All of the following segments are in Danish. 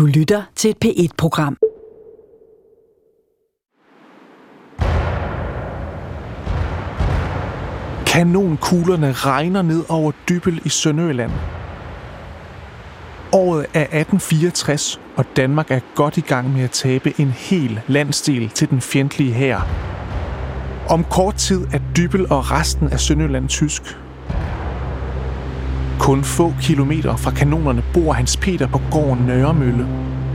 Du lytter til et P1-program. Kanonkuglerne regner ned over Dybbøl i Sønderjylland. Året er 1864, og Danmark er godt i gang med at tabe en hel landsdel til den fjendtlige hær. Om kort tid er Dybbøl og resten af Sønderjylland tysk. Kun få kilometer fra kanonerne bor Hans Peter på gården Nørremølle.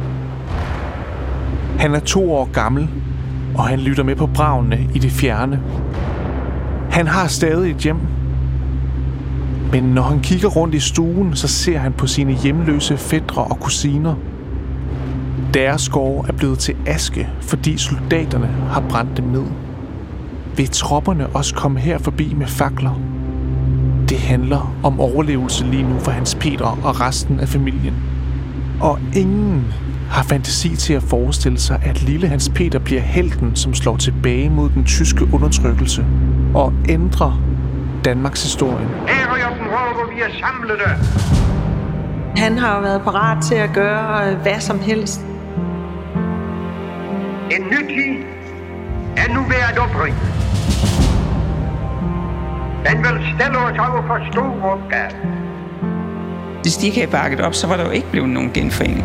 Han er 2 år gammel, og han lytter med på bragene i det fjerne. Han har stadig et hjem, men når han kigger rundt i stuen, så ser han på sine hjemløse fætre og kusiner. Deres gård er blevet til aske, fordi soldaterne har brændt dem ned. Vil tropperne også komme her forbi med fakler? Det handler om overlevelse lige nu for Hans Peter og resten af familien. Og ingen har fantasi til at forestille sig, at lille Hans Peter bliver helten, som slår tilbage mod den tyske undertrykkelse og ændrer Danmarks historie. Han har jo været parat til at gøre hvad som helst. En ny tid er nu ved at opringe. Den vil stille os over for store opgaver. Hvis de ikke havde bakket op, så var der jo ikke blevet nogen genforening.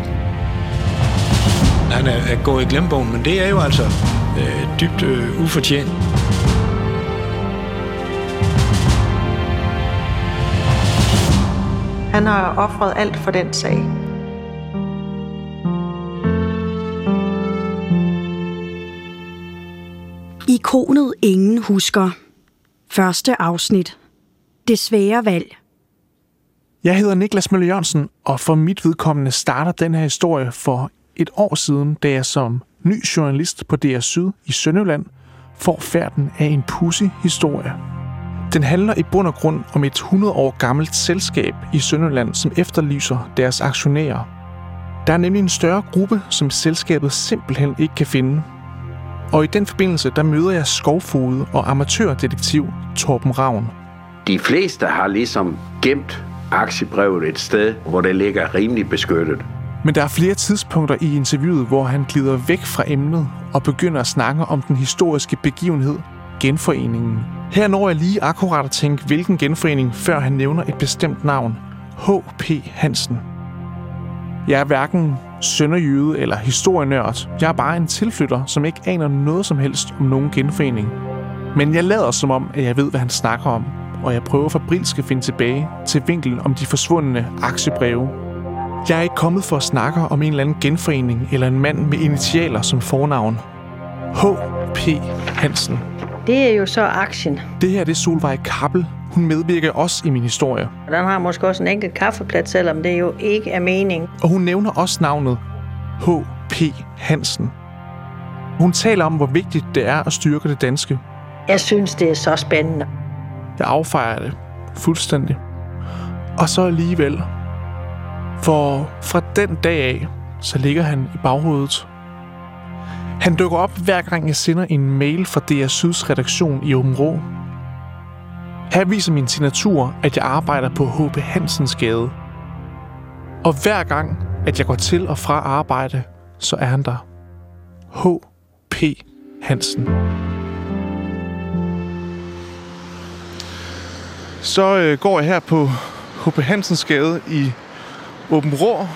Han er gået i glemmebogen, men det er jo altså dybt ufortjent. Han har ofret alt for den sag. Ikonet ingen husker. Første afsnit. Det svære valg. Jeg hedder Niklas Møller Jørgensen, og for mit vedkommende starter den her historie for et år siden, da jeg som ny journalist på DR Syd i Sønderjylland får færden af en pudsig historie. Den handler i bund og grund om et 100 år gammelt selskab i Sønderjylland, som efterlyser deres aktionærer. Der er nemlig en større gruppe, som selskabet simpelthen ikke kan finde. Og i den forbindelse, der møder jeg skovfoged og amatørdetektiv Torben Ravn. De fleste har ligesom gemt aktiebrevet et sted, hvor det ligger rimelig beskyttet. Men der er flere tidspunkter i interviewet, hvor han glider væk fra emnet og begynder at snakke om den historiske begivenhed, genforeningen. Her når jeg lige akkurat at tænke, hvilken genforening, før han nævner et bestemt navn. H.P. Hansen. Jeg er hverken sønderjyde eller historienørd. Jeg er bare en tilflytter, som ikke aner noget som helst om nogen genforening. Men jeg lader som om, at jeg ved, hvad han snakker om, og jeg prøver febrilsk at finde tilbage til vinklen om de forsvundne aktiebreve. Jeg er ikke kommet for at snakke om en eller anden genforening eller en mand med initialer som fornavn. H.P. Hansen. Det er jo så aktien. Det her det er Solvej Kappel. Hun medvirker også i min historie. Den har måske også en enkelt kaffeplat, selvom det jo ikke er mening. Og hun nævner også navnet H.P. Hansen. Hun taler om, hvor vigtigt det er at styrke det danske. Jeg synes, det er så spændende. Jeg affejer det fuldstændig. Og så alligevel. For fra den dag af, så ligger han i baghovedet. Han dukker op hver gang jeg sender en mail fra DR Syds redaktion i Aabenraa. Her viser min signatur, at jeg arbejder på H.P. Hansens Gade. Og hver gang, at jeg går til og fra arbejde, så er han der. H.P. Hansen. Så går jeg her på H.P. Hansens Gade i Aabenraa.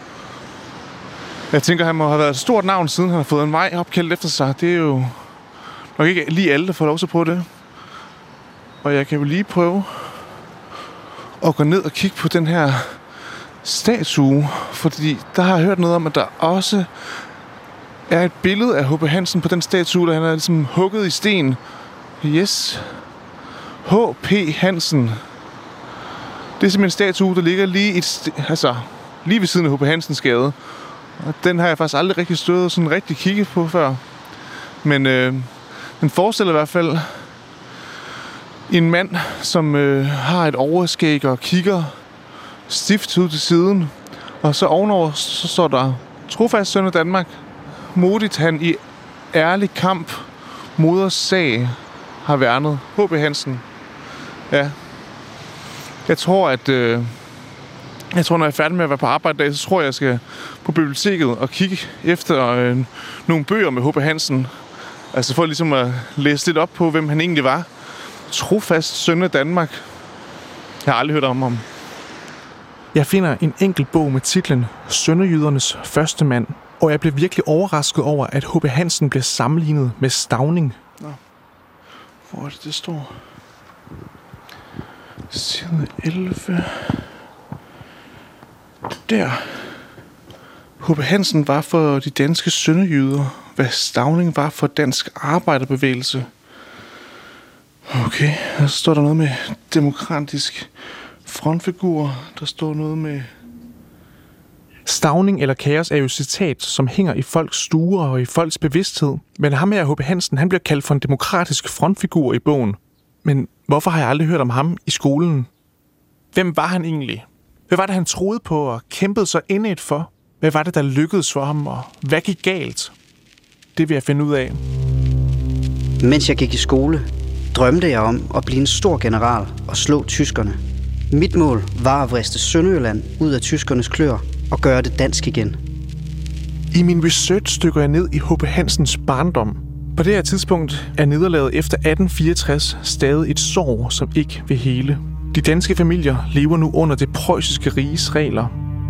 Jeg tænker, han må have været et stort navn, siden han har fået en vej opkaldt efter sig. Det er jo nok ikke lige alle, der får lov til på det. Og jeg kan jo lige prøve at gå ned og kigge på den her statue, fordi der har jeg hørt noget om, at der også er et billede af H.P. Hansen på den statue, der han er ligesom hugget i sten. Yes. H.P. Hansen. Det er simpelthen en statue, der ligger lige ved siden af H.P. Hansens Gade. Og den har jeg faktisk aldrig rigtig stået og sådan rigtig kigget på før. Men den forestiller i hvert fald en mand, som har et overskæg og kigger stift ud til siden. Og så ovenover så står der: trofast søn af Danmark, modigt han i ærlig kamp moders sag har værnet. H.P. Hansen. Ja. Jeg tror, at Jeg tror, når jeg er færdig med at være på arbejde i dag, så tror jeg skal på biblioteket og kigge efter nogle bøger med H.P. Hansen. Altså for ligesom at læse lidt op på, hvem han egentlig var. Trofast søn af Danmark. Jeg har aldrig hørt om ham. Jeg finder en enkelt bog med titlen Sønderjydernes første mand, og jeg blev virkelig overrasket over, at H.P. Hansen blev sammenlignet med Stauning. Nå. Hvor er det står? Side 11. Der. H.P. Hansen var for de danske sønderjyder, hvad Stauning var for dansk arbejderbevægelse. Okay, så står der noget med demokratisk frontfigur. Der står noget med... Stauning eller kaos er jo et citat, som hænger i folks stuer og i folks bevidsthed. Men ham her, H.P. Hansen, han bliver kaldt for en demokratisk frontfigur i bogen. Men hvorfor har jeg aldrig hørt om ham i skolen? Hvem var han egentlig? Hvad var det, han troede på og kæmpede så indædt for? Hvad var det, der lykkedes for ham, og hvad gik galt? Det vil jeg finde ud af. Mens jeg gik i skole, drømte jeg om at blive en stor general og slå tyskerne. Mit mål var at vriste Sønderjylland ud af tyskernes klør og gøre det dansk igen. I min research stykker jeg ned i H.P. Hansens barndom. På det her tidspunkt er nederlaget efter 1864 stadig et sår, som ikke vil hele. De danske familier lever nu under det preussiske riges regler.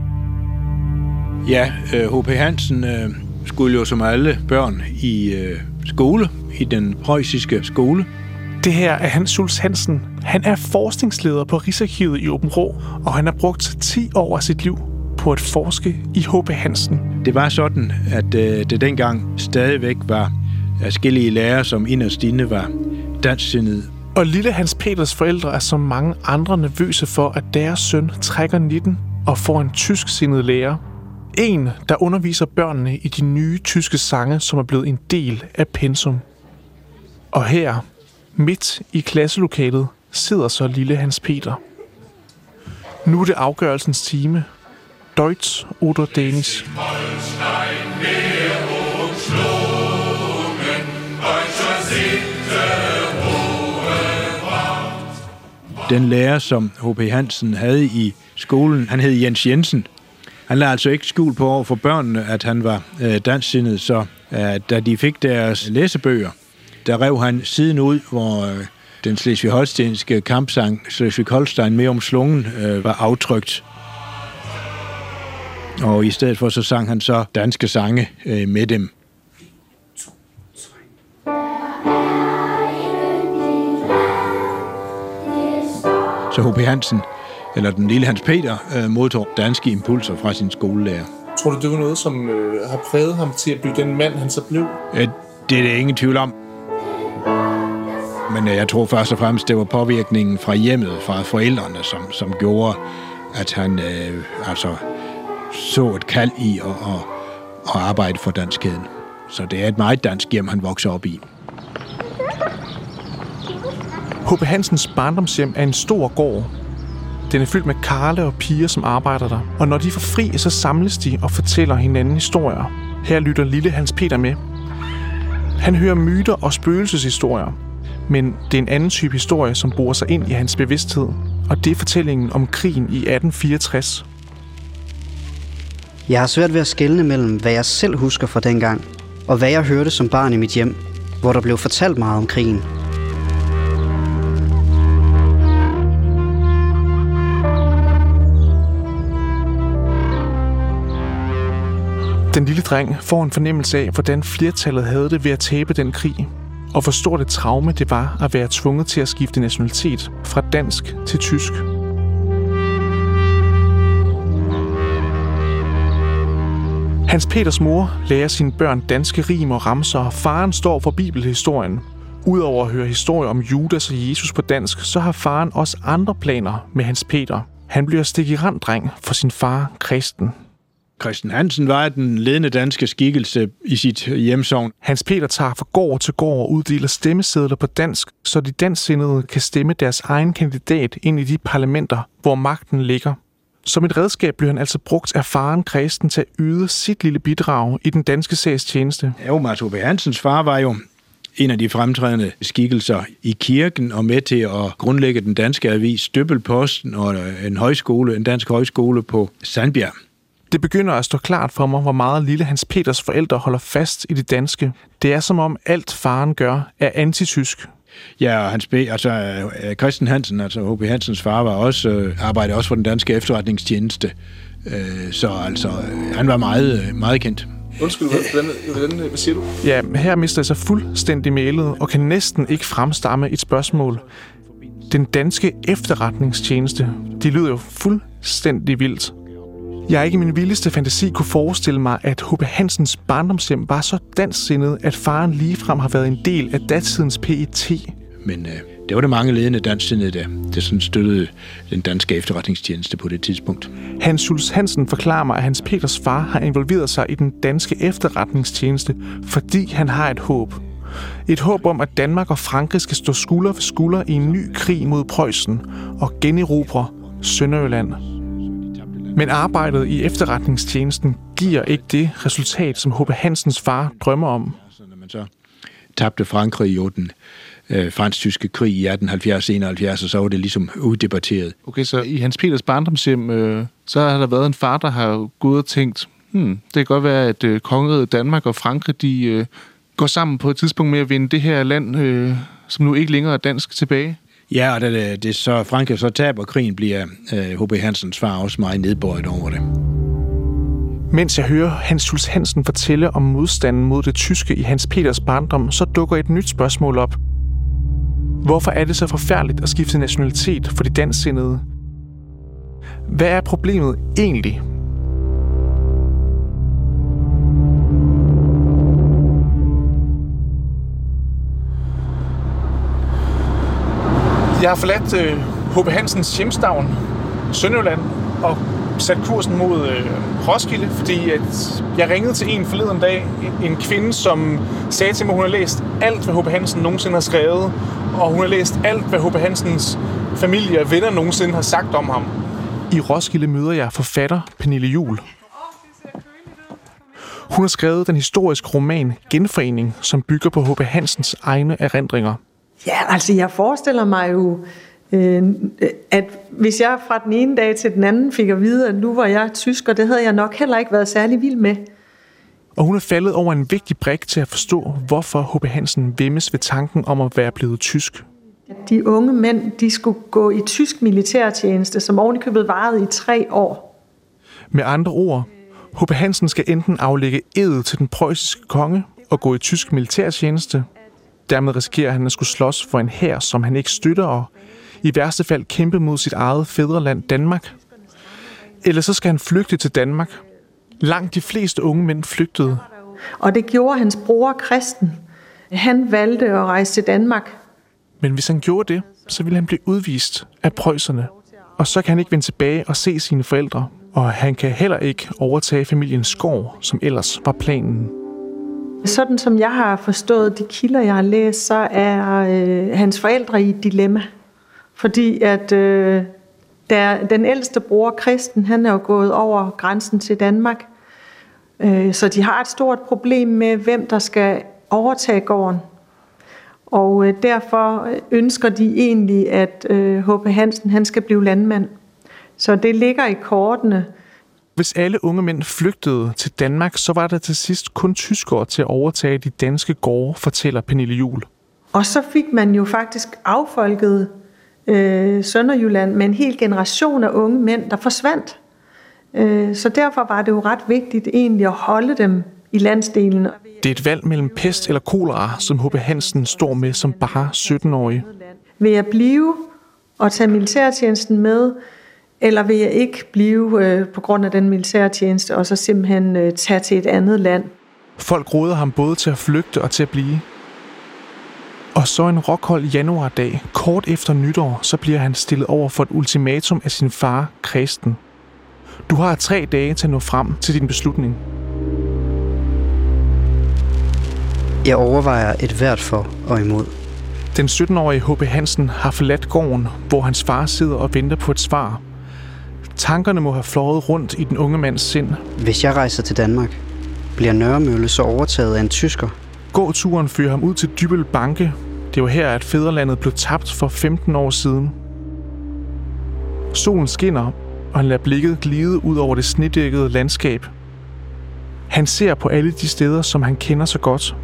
Ja, H.P. Hansen skulle jo som alle børn i skole, i den preussiske skole. Det her er Hans Schultz Hansen. Han er forskningsleder på Rigsarkivet i Aabenraa, og han har brugt 10 år af sit liv på at forske i H.P. Hansen. Det var sådan, at det dengang stadigvæk var forskellige lærere, som inderst inde var dansksindede. Og lille Hans Peters forældre er som mange andre nervøse for, at deres søn trækker 19 og får en tysksindet lærer. En, der underviser børnene i de nye tyske sange, som er blevet en del af pensum. Og her, midt i klasselokalet, sidder så lille Hans Peter. Nu er det afgørelsens time. Deutsch oder Dänisch. Den lærer, som H.P. Hansen havde i skolen, han hed Jens Jensen. Han lagde altså ikke skjul på over for børnene, at han var dansksindet, så da de fik deres læsebøger, der rev han siden ud, hvor den slesvig-holstenske kampsang Slesvig-Holstein med om slungen var aftrykt. Og i stedet for så sang han så danske sange med dem. Så H.P. Hansen, eller den lille Hans Peter, modtog danske impulser fra sin skolelærer. Tror du, det var noget, som har præget ham til at blive den mand, han så blev? Det er der ingen tvivl om. Men jeg tror først og fremmest, det var påvirkningen fra hjemmet, fra forældrene, som gjorde, at han så et kald i at arbejde for danskheden. Så det er et meget dansk hjem, han vokser op i. H.P. Hansens barndomshjem er en stor gård. Den er fyldt med karle og piger, som arbejder der. Og når de får fri, så samles de og fortæller hinanden historier. Her lytter lille Hans Peter med. Han hører myter og spøgelseshistorier. Men det er en anden type historie, som borer sig ind i hans bevidsthed. Og det er fortællingen om krigen i 1864. Jeg har svært ved at skelne mellem, hvad jeg selv husker fra dengang, og hvad jeg hørte som barn i mit hjem, hvor der blev fortalt meget om krigen. Den lille dreng får en fornemmelse af, hvordan flertallet havde det ved at tabe den krig, og hvor stort et traume det var at være tvunget til at skifte nationalitet fra dansk til tysk. Hans Peters mor lærer sine børn danske rim og ramser, og faren står for bibelhistorien. Udover at høre historier om Judas og Jesus på dansk, så har faren også andre planer med Hans Peter. Han bliver stikiranddreng for sin far, Christen. Christen Hansen var den ledende danske skikkelse i sit hjemsogn. Hans Peter tager fra gård til gård og uddeler stemmesedler på dansk, så de dansksindede kan stemme deres egen kandidat ind i de parlamenter, hvor magten ligger. Som et redskab blev han altså brugt af faren Christen til at yde sit lille bidrag i den danske sags tjeneste. Jo, Mads H.P. Hansens far var jo en af de fremtrædende skikkelser i kirken og med til at grundlægge den danske avis Dybbølposten og en dansk højskole på Sandbjerg. Det begynder at stå klart for mig, hvor meget lille Hans Peters forældre holder fast i det danske. Det er som om alt faren gør er antitysk. Ja, og Christen Hansen, altså H.P. Hansens far, var også arbejdede også for den danske efterretningstjeneste. Så han var meget, meget kendt. Undskyld, hvad siger du? Ja, her mister jeg sig fuldstændig mælet og kan næsten ikke fremstamme et spørgsmål. Den danske efterretningstjeneste, de lyder jo fuldstændig vildt. Jeg ikke i min vildeste fantasi kunne forestille mig, at H.P. Hansens barndomshjem var så dansksindet, at faren ligefrem har været en del af datidens PET. Men det var der mange ledende dansksindede, der sådan støttede den danske efterretningstjeneste på det tidspunkt. Hans Schultz Hansen forklarer mig, at Hans Peters far har involveret sig i den danske efterretningstjeneste, fordi han har et håb. Et håb om, at Danmark og Frankrig skal stå skulder ved skulder i en ny krig mod Preussen og generobre Sønderjylland. Men arbejdet i efterretningstjenesten giver ikke det resultat, som H.P. Hansens far drømmer om. Når man så tabte Frankrig jo den fransk-tyske krig i 1870-71, og så var det ligesom uddebatteret. Okay, så i Hans Peters barndomshjem, så har der været en far, der har gået og tænkt, det kan godt være, at kongeriget Danmark og Frankrig, de går sammen på et tidspunkt med at vinde det her land, som nu ikke længere er dansk, tilbage. Ja, og da så Frankrig så taber krigen, bliver H.P. Hansens far også meget nedbøjet over det. Mens jeg hører Hans Schultz Hansen fortælle om modstanden mod det tyske i Hans Peters barndom, så dukker et nyt spørgsmål op. Hvorfor er det så forfærdeligt at skifte nationalitet for de dansksindede? Hvad er problemet egentlig? Jeg har forladt H.P. Hansens hjemstavn, Sønderjylland, og sat kursen mod Roskilde, fordi at jeg ringede til en forleden dag, en kvinde, som sagde til mig, at hun har læst alt, hvad H.P. Hansen nogensinde har skrevet, og hun har læst alt, hvad H.P. Hansens familie og venner nogensinde har sagt om ham. I Roskilde møder jeg forfatter Pernille Juhl. Hun har skrevet den historiske roman Genforening, som bygger på H.P. Hansens egne erindringer. Ja, altså jeg forestiller mig jo, at hvis jeg fra den ene dag til den anden fik at vide, at nu var jeg tysker, det havde jeg nok heller ikke været særlig vild med. Og hun er faldet over en vigtig brik til at forstå, hvorfor H.P. Hansen vemmes ved tanken om at være blevet tysk. De unge mænd, de skulle gå i tysk militærtjeneste, som ovenikøbet varede i 3 år. Med andre ord, H.P. Hansen skal enten aflægge ed til den preussiske konge og gå i tysk militærtjeneste. Dermed risikerer han at skulle slås for en hær, som han ikke støtter, og i værste fald kæmpe mod sit eget fædreland Danmark. Eller så skal han flygte til Danmark. Langt de fleste unge mænd flygtede. Og det gjorde hans bror Christen. Han valgte at rejse til Danmark. Men hvis han gjorde det, så ville han blive udvist af preusserne. Og så kan han ikke vende tilbage og se sine forældre. Og han kan heller ikke overtage familiens gård, som ellers var planen. Sådan som jeg har forstået de kilder, jeg har læst, så er hans forældre i et dilemma. Fordi at den ældste bror, Christen, han er jo gået over grænsen til Danmark. Så de har et stort problem med, hvem der skal overtage gården. Og derfor ønsker de egentlig, at H.P. Hansen han skal blive landmand. Så det ligger i kortene. Hvis alle unge mænd flygtede til Danmark, så var der til sidst kun tyskere til at overtage de danske gårde, fortæller Pernille Juhl. Og så fik man jo faktisk affolket Sønderjylland med en hel generation af unge mænd, der forsvandt. Så derfor var det jo ret vigtigt egentlig at holde dem i landsdelen. Det er et valg mellem pest eller kolera, som H.P. Hansen står med som bare 17-årig. Vil jeg blive og tage militærtjenesten med, eller vil jeg ikke blive på grund af den militærtjeneste, og så simpelthen tage til et andet land? Folk råder ham både til at flygte og til at blive. Og så en rockhold januardag, kort efter nytår, så bliver han stillet over for et ultimatum af sin far, Christen. Du har 3 dage til at nå frem til din beslutning. Jeg overvejer et hvert for og imod. Den 17-årige H.P. Hansen har forladt gården, hvor hans far sidder og venter på et svar. Tankerne må have fløjet rundt i den unge mands sind. Hvis jeg rejser til Danmark, bliver Nørremølle så overtaget af en tysker? Gåturen fører ham ud til Dybbøl Banke. Det var her, at fædrelandet blev tabt for 15 år siden. Solen skinner, og han lader blikket glide ud over det snedækkede landskab. Han ser på alle de steder, som han kender så godt.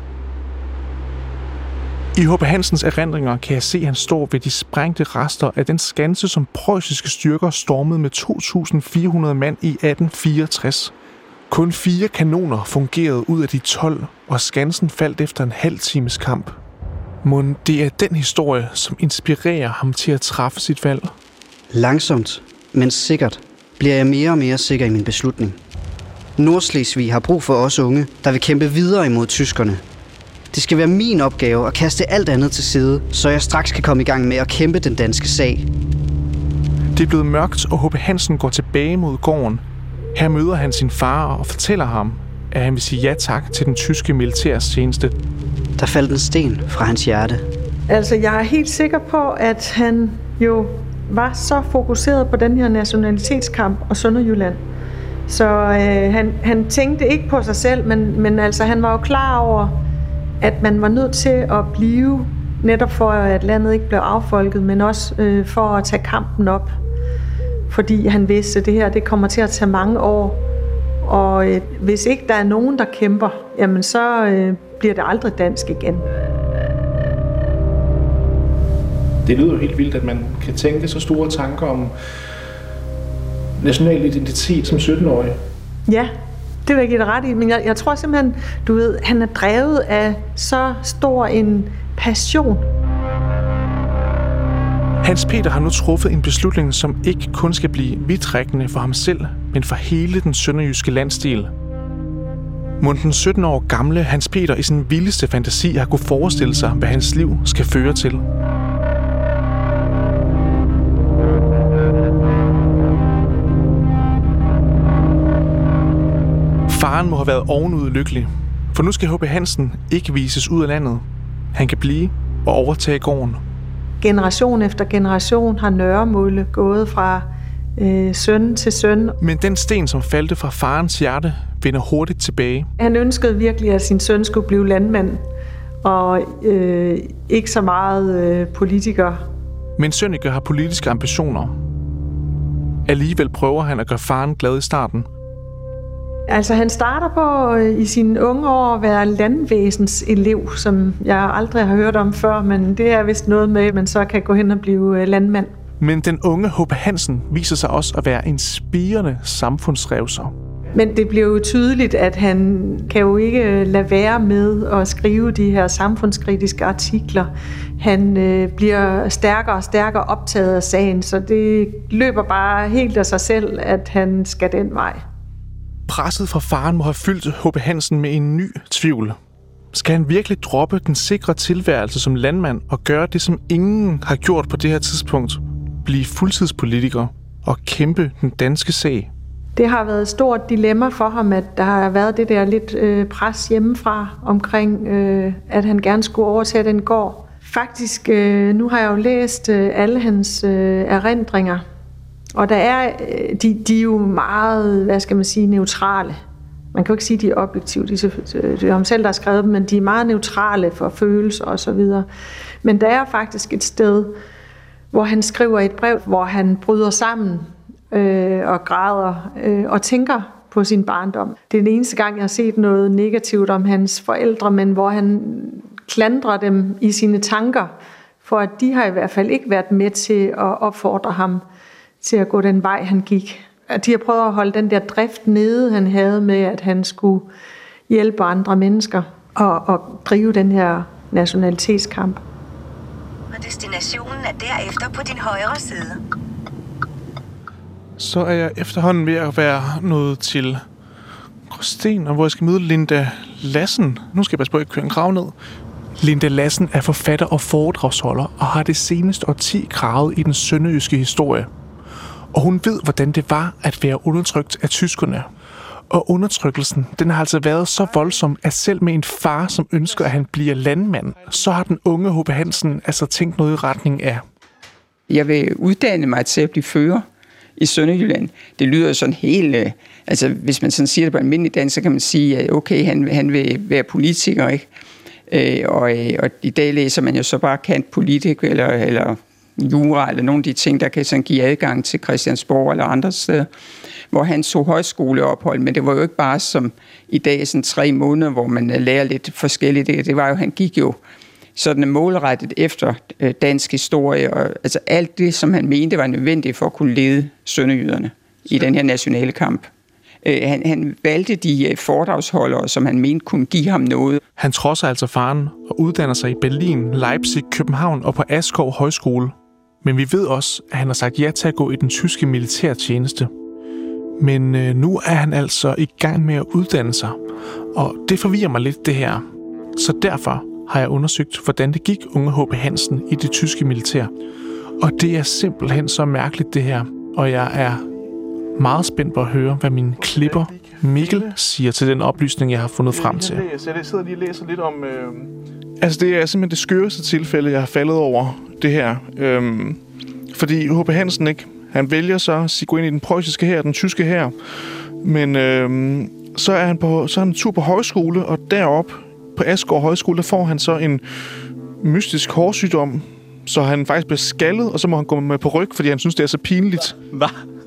I H.P. Hansens erindringer kan jeg se, at han står ved de sprængte rester af den skanse, som preussiske styrker stormede med 2.400 mand i 1864. Kun 4 kanoner fungerede ud af de 12, og skansen faldt efter en halv times kamp. Mon det er den historie, som inspirerer ham til at træffe sit valg? Langsomt, men sikkert, bliver jeg mere og mere sikker i min beslutning. Nordslesvig har brug for os unge, der vil kæmpe videre imod tyskerne. Det skal være min opgave at kaste alt andet til side, så jeg straks kan komme i gang med at kæmpe den danske sag. Det er blevet mørkt, og H.P. Hansen går tilbage mod gården. Her møder han sin far og fortæller ham, at han vil sige ja tak til den tyske militærtjeneste. Der faldt en sten fra hans hjerte. Altså, jeg er helt sikker på, at han jo var så fokuseret på den her nationalitetskamp og Sønderjylland. Så han tænkte ikke på sig selv, men altså, han var jo klar over, at man var nødt til at blive, netop for at landet ikke blev affolket, men også for at tage kampen op. Fordi han vidste, at det her det kommer til at tage mange år. Og hvis ikke der er nogen, der kæmper, jamen så bliver det aldrig dansk igen. Det lyder jo helt vildt, at man kan tænke så store tanker om national identitet som 17-årig. Ja, det vil jeg give dig ret i, men jeg tror simpelthen, du ved, han er drevet af så stor en passion. Hans Peter har nu truffet en beslutning, som ikke kun skal blive vidtrækkende for ham selv, men for hele den sønderjyske landsdel. Mon den 17 år gamle Hans Peter i sin vildeste fantasi har kunne forestille sig, hvad hans liv skal føre til. Faren må have været ovenud lykkelig, for nu skal H.P. Hansen ikke vises ud af landet. Han kan blive og overtage gården. Generation efter generation har Nørremåle gået fra søn til søn. Men den sten, som faldt fra farens hjerte, vender hurtigt tilbage. Han ønskede virkelig, at sin søn skulle blive landmand, og ikke så meget politiker. Men Sønneke har politiske ambitioner. Alligevel prøver han at gøre faren glad i starten. Altså, han starter på i sine unge år at være landvæsens elev, som jeg aldrig har hørt om før, men det er vist noget med, at man så kan gå hen og blive landmand. Men den unge H.P. Hansen viser sig også at være en spirende samfundsrevser. Men det bliver jo tydeligt, at han kan jo ikke lade være med at skrive de her samfundskritiske artikler. Han bliver stærkere og stærkere optaget af sagen, så det løber bare helt af sig selv, at han skal den vej. Presset fra faren må have fyldt H.P. Hansen med en ny tvivl. Skal han virkelig droppe den sikre tilværelse som landmand og gøre det, som ingen har gjort på det her tidspunkt? Blive fuldtidspolitiker og kæmpe den danske sag? Det har været et stort dilemma for ham, at der har været det der lidt pres hjemmefra omkring, at han gerne skulle overtage den gård. Faktisk, nu har jeg jo læst alle hans erindringer, og der er, de er jo meget, hvad skal man sige, neutrale. Man kan jo ikke sige, at de er objektive. Det er ham selv, der har skrevet dem, men de er meget neutrale for følelser og så videre. Men der er faktisk et sted, hvor han skriver et brev, hvor han bryder sammen og græder og tænker på sin barndom. Det er den eneste gang, jeg har set noget negativt om hans forældre, men hvor han klandrer dem i sine tanker, for at de har i hvert fald ikke været med til at opfordre ham til at gå den vej, han gik. De har prøvet at holde den der drift nede, han havde med, at han skulle hjælpe andre mennesker og drive den her nationalitetskamp. Og destinationen er derefter på din højre side. Så er jeg efterhånden ved at være nået til Gråsten, hvor jeg skal møde Linda Lassen. Nu skal jeg passe på, at jeg kører en krav ned. Linda Lassen er forfatter og foredragsholder og har det seneste årti gravet i den sønderjyske historie. Og hun ved, hvordan det var at være undertrykt af tyskerne. Og undertrykkelsen, den har altså været så voldsom, at selv med en far, som ønsker, at han bliver landmand, så har den unge H.P. Hansen altså tænkt noget i retning af: Jeg vil uddanne mig til at blive fører i Sønderjylland. Det lyder sådan helt... altså, hvis man sådan siger det på almindelig dansk, så kan man sige, at okay, han vil være politiker, ikke? Og i dag læser man jo så bare kant politik eller jura, eller nogle af de ting, der kan sådan give adgang til Christiansborg eller andre steder, hvor han tog højskoleophold, men det var jo ikke bare som i dag, sådan 3 måneder, hvor man lærer lidt forskelligt. Det var jo, han gik jo sådan målrettet efter dansk historie, og altså alt det, som han mente var nødvendigt for at kunne lede sønderjyderne i den her nationale kamp. Han valgte de foredragsholdere, som han mente kunne give ham noget. Han trodser altså faren og uddanner sig i Berlin, Leipzig, København og på Askov Højskole. Men vi ved også, at han har sagt ja til at gå i den tyske militærtjeneste. Men nu er han altså i gang med at uddanne sig, og det forvirrer mig lidt det her. Så derfor har jeg undersøgt, hvordan det gik unge H.P. Hansen i det tyske militær. Og det er simpelthen så mærkeligt det her, og jeg er meget spændt på at høre, hvad min klipper Mikkel siger til den oplysning, jeg har fundet frem til. Jeg sidder lige og læser lidt om... Altså, det er simpelthen det skøreste tilfælde, jeg har faldet over det her. Fordi H.P. Hansen, ikke? Han vælger så at gå ind i den preussiske hær, den tyske hær. Men så er han en tur på højskole, og deroppe på Askov Højskole, der får han så en mystisk hårsygdom, så han faktisk bliver skaldet, og så må han gå med på ryg, fordi han synes, det er så pinligt. Hvad?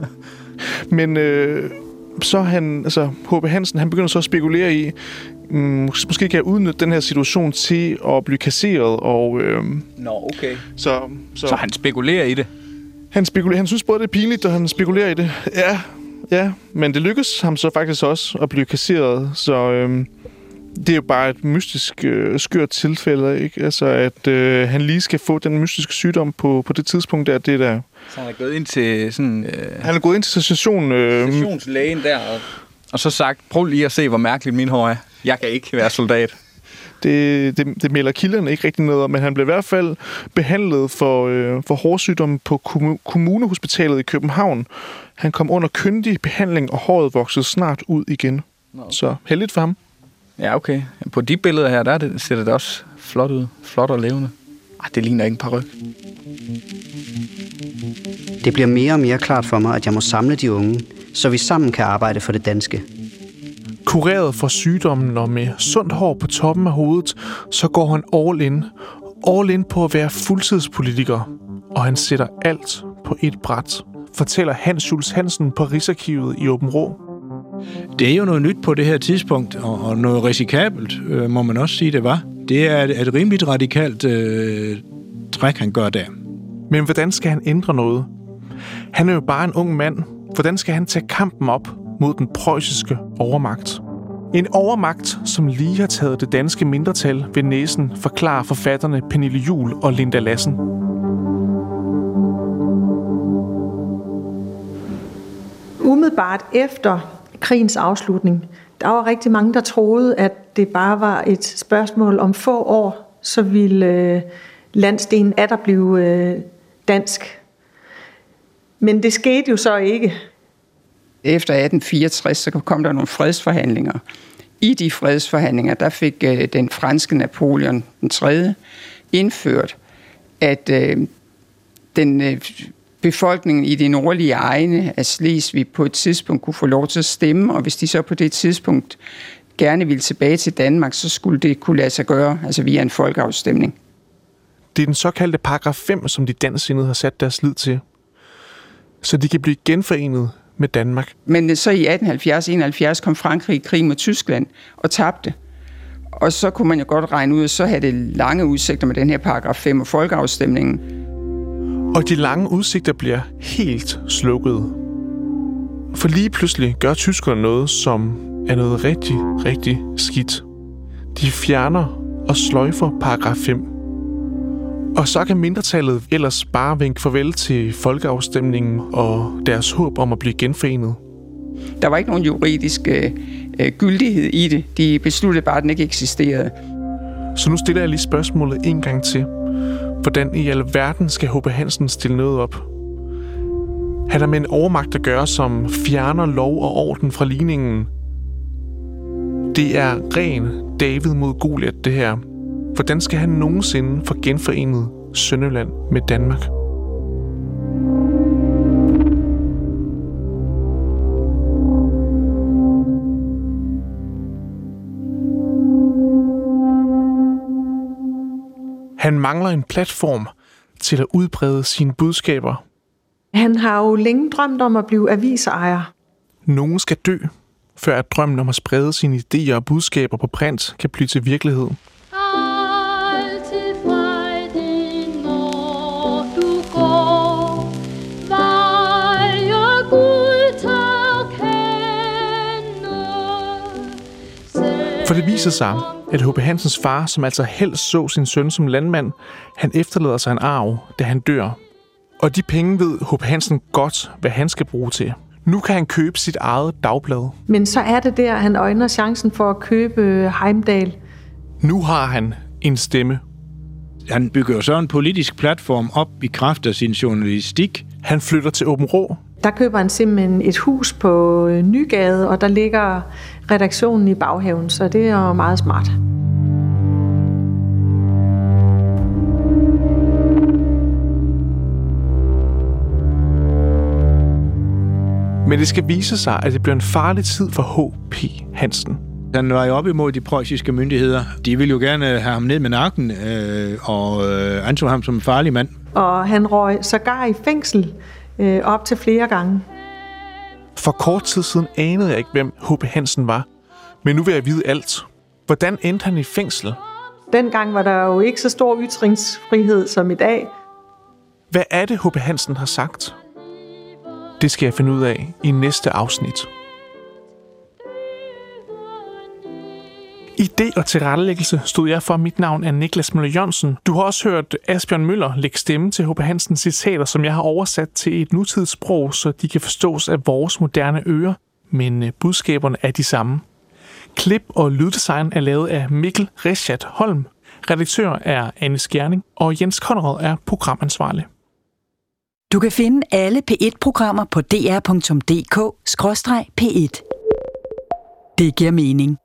Men så H.P. Hansen, han begynder så at spekulere i, måske kan jeg udnytte den her situation til at blive kasseret, og... Nå, okay. Så han spekulerer i det? Han synes både, det er pinligt, og han spekulerer i det. Ja, men det lykkes ham så faktisk også at blive kasseret, så det er jo bare et mystisk skørt tilfælde, ikke? Altså, at han lige skal få den mystiske sygdom på det tidspunkt, der det der... Så han er gået ind til sådan... Han er gået ind til stationslægen der, og så sagt, prøv lige at se, hvor mærkeligt min hår er. Jeg kan ikke være soldat. Det melder kilderne ikke rigtig noget om, men han blev i hvert fald behandlet for hårsygdom på Kommunehospitalet i København. Han kom under kyndig behandling, og håret voksede snart ud igen. Okay. Så heldigt for ham. Ja, okay. På de billeder her, ser det også flot ud. Flot og levende. Det ligner ikke en paryk. Det bliver mere og mere klart for mig, at jeg må samle de unge, så vi sammen kan arbejde for det danske. Kureret for sygdommen og med sundt hår på toppen af hovedet, så går han all in på at være fuldtidspolitiker. Og han sætter alt på et bræt, fortæller Hans Schultz Hansen på Rigsarkivet i Aabenraa. Det er jo noget nyt på det her tidspunkt, og noget risikabelt, må man også sige, det var. Det er et rimeligt radikalt træk, han gør der. Men hvordan skal han ændre noget? Han er jo bare en ung mand. Hvordan skal han tage kampen op mod den preussiske overmagt? En overmagt, som lige har taget det danske mindretal ved næsen, forklarer forfatterne Pernille Juhl og Linda Lassen. Umiddelbart efter krigens afslutning, der var rigtig mange, der troede, at det bare var et spørgsmål om få år, så ville landsdelen atter blive dansk. Men det skete jo så ikke. Efter 1864, så kom der nogle fredsforhandlinger. I de fredsforhandlinger, der fik den franske Napoleon den 3. indført, at befolkningen i de nordlige egne af Slesvig på et tidspunkt kunne få lov til at stemme, og hvis de så på det tidspunkt gerne ville tilbage til Danmark, så skulle det kunne lade sig gøre, altså via en folkeafstemning. Det er den såkaldte paragraf 5, som de dansksindede har sat deres lid til, så de kan blive genforenet med Danmark. Men så i 1870-71 kom Frankrig i krig med Tyskland og tabte. Og så kunne man jo godt regne ud, at så havde det lange udsigter med den her paragraf 5 og folkeafstemningen. Og de lange udsigter bliver helt slukket. For lige pludselig gør tyskerne noget, som er noget rigtig, rigtig skidt. De fjerner og sløjfer paragraf 5. Og så kan mindretallet ellers bare vinke farvel til folkeafstemningen og deres håb om at blive genforenet. Der var ikke nogen juridisk gyldighed i det. De besluttede bare, at den ikke eksisterede. Så nu stiller jeg lige spørgsmålet en gang til. Hvordan i alverden skal H.P. Hansen stille noget op? Han er med en overmagt at gøre, som fjerner lov og orden fra ligningen. Det er ren David mod Goliat, det her. Hvordan skal han nogensinde få genforenet Sønderjylland med Danmark? Han mangler en platform til at udbrede sine budskaber. Han har jo længe drømt om at blive avisejer. Nogen skal dø, før at drømmen om at sprede sine idéer og budskaber på print kan blive til virkelighed. For det viser sig, at H.P. Hansens far, som altså helst så sin søn som landmand, han efterlader sig en arv, da han dør. Og de penge ved H.P. Hansen godt, hvad han skal bruge til. Nu kan han købe sit eget dagblad. Men så er det der, han øjner chancen for at købe Heimdal. Nu har han en stemme. Han bygger jo så en politisk platform op i kraft af sin journalistik. Han flytter til Aabenraa. Der køber han simpelthen et hus på Nygade, og der ligger redaktionen i baghaven, så det er jo meget smart. Men det skal vise sig, at det bliver en farlig tid for H.P. Hansen. Han var jo op imod de preussiske myndigheder. De ville jo gerne have ham ned med nakken og anså ham som en farlig mand. Og han røg sågar i fængsel op til flere gange. For kort tid siden anede jeg ikke, hvem H.P. Hansen var. Men nu vil jeg vide alt. Hvordan endte han i fængsel? Dengang var der jo ikke så stor ytringsfrihed som i dag. Hvad er det, H.P. Hansen har sagt? Det skal jeg finde ud af i næste afsnit. Idé og tilrettelæggelse stod jeg for. Mit navn er Niklas Møller Jørgensen. Du har også hørt Asbjørn Møller lægge stemme til H.P. Hansens citater, som jeg har oversat til et nutidssprog, så de kan forstås af vores moderne ører. Men budskaberne er de samme. Klip og lyddesign er lavet af Mikkel Reschat Holm. Redaktør er Anne Skjerning, og Jens Conrad er programansvarlig. Du kan finde alle P1-programmer på dr.dk/P1. Det giver mening.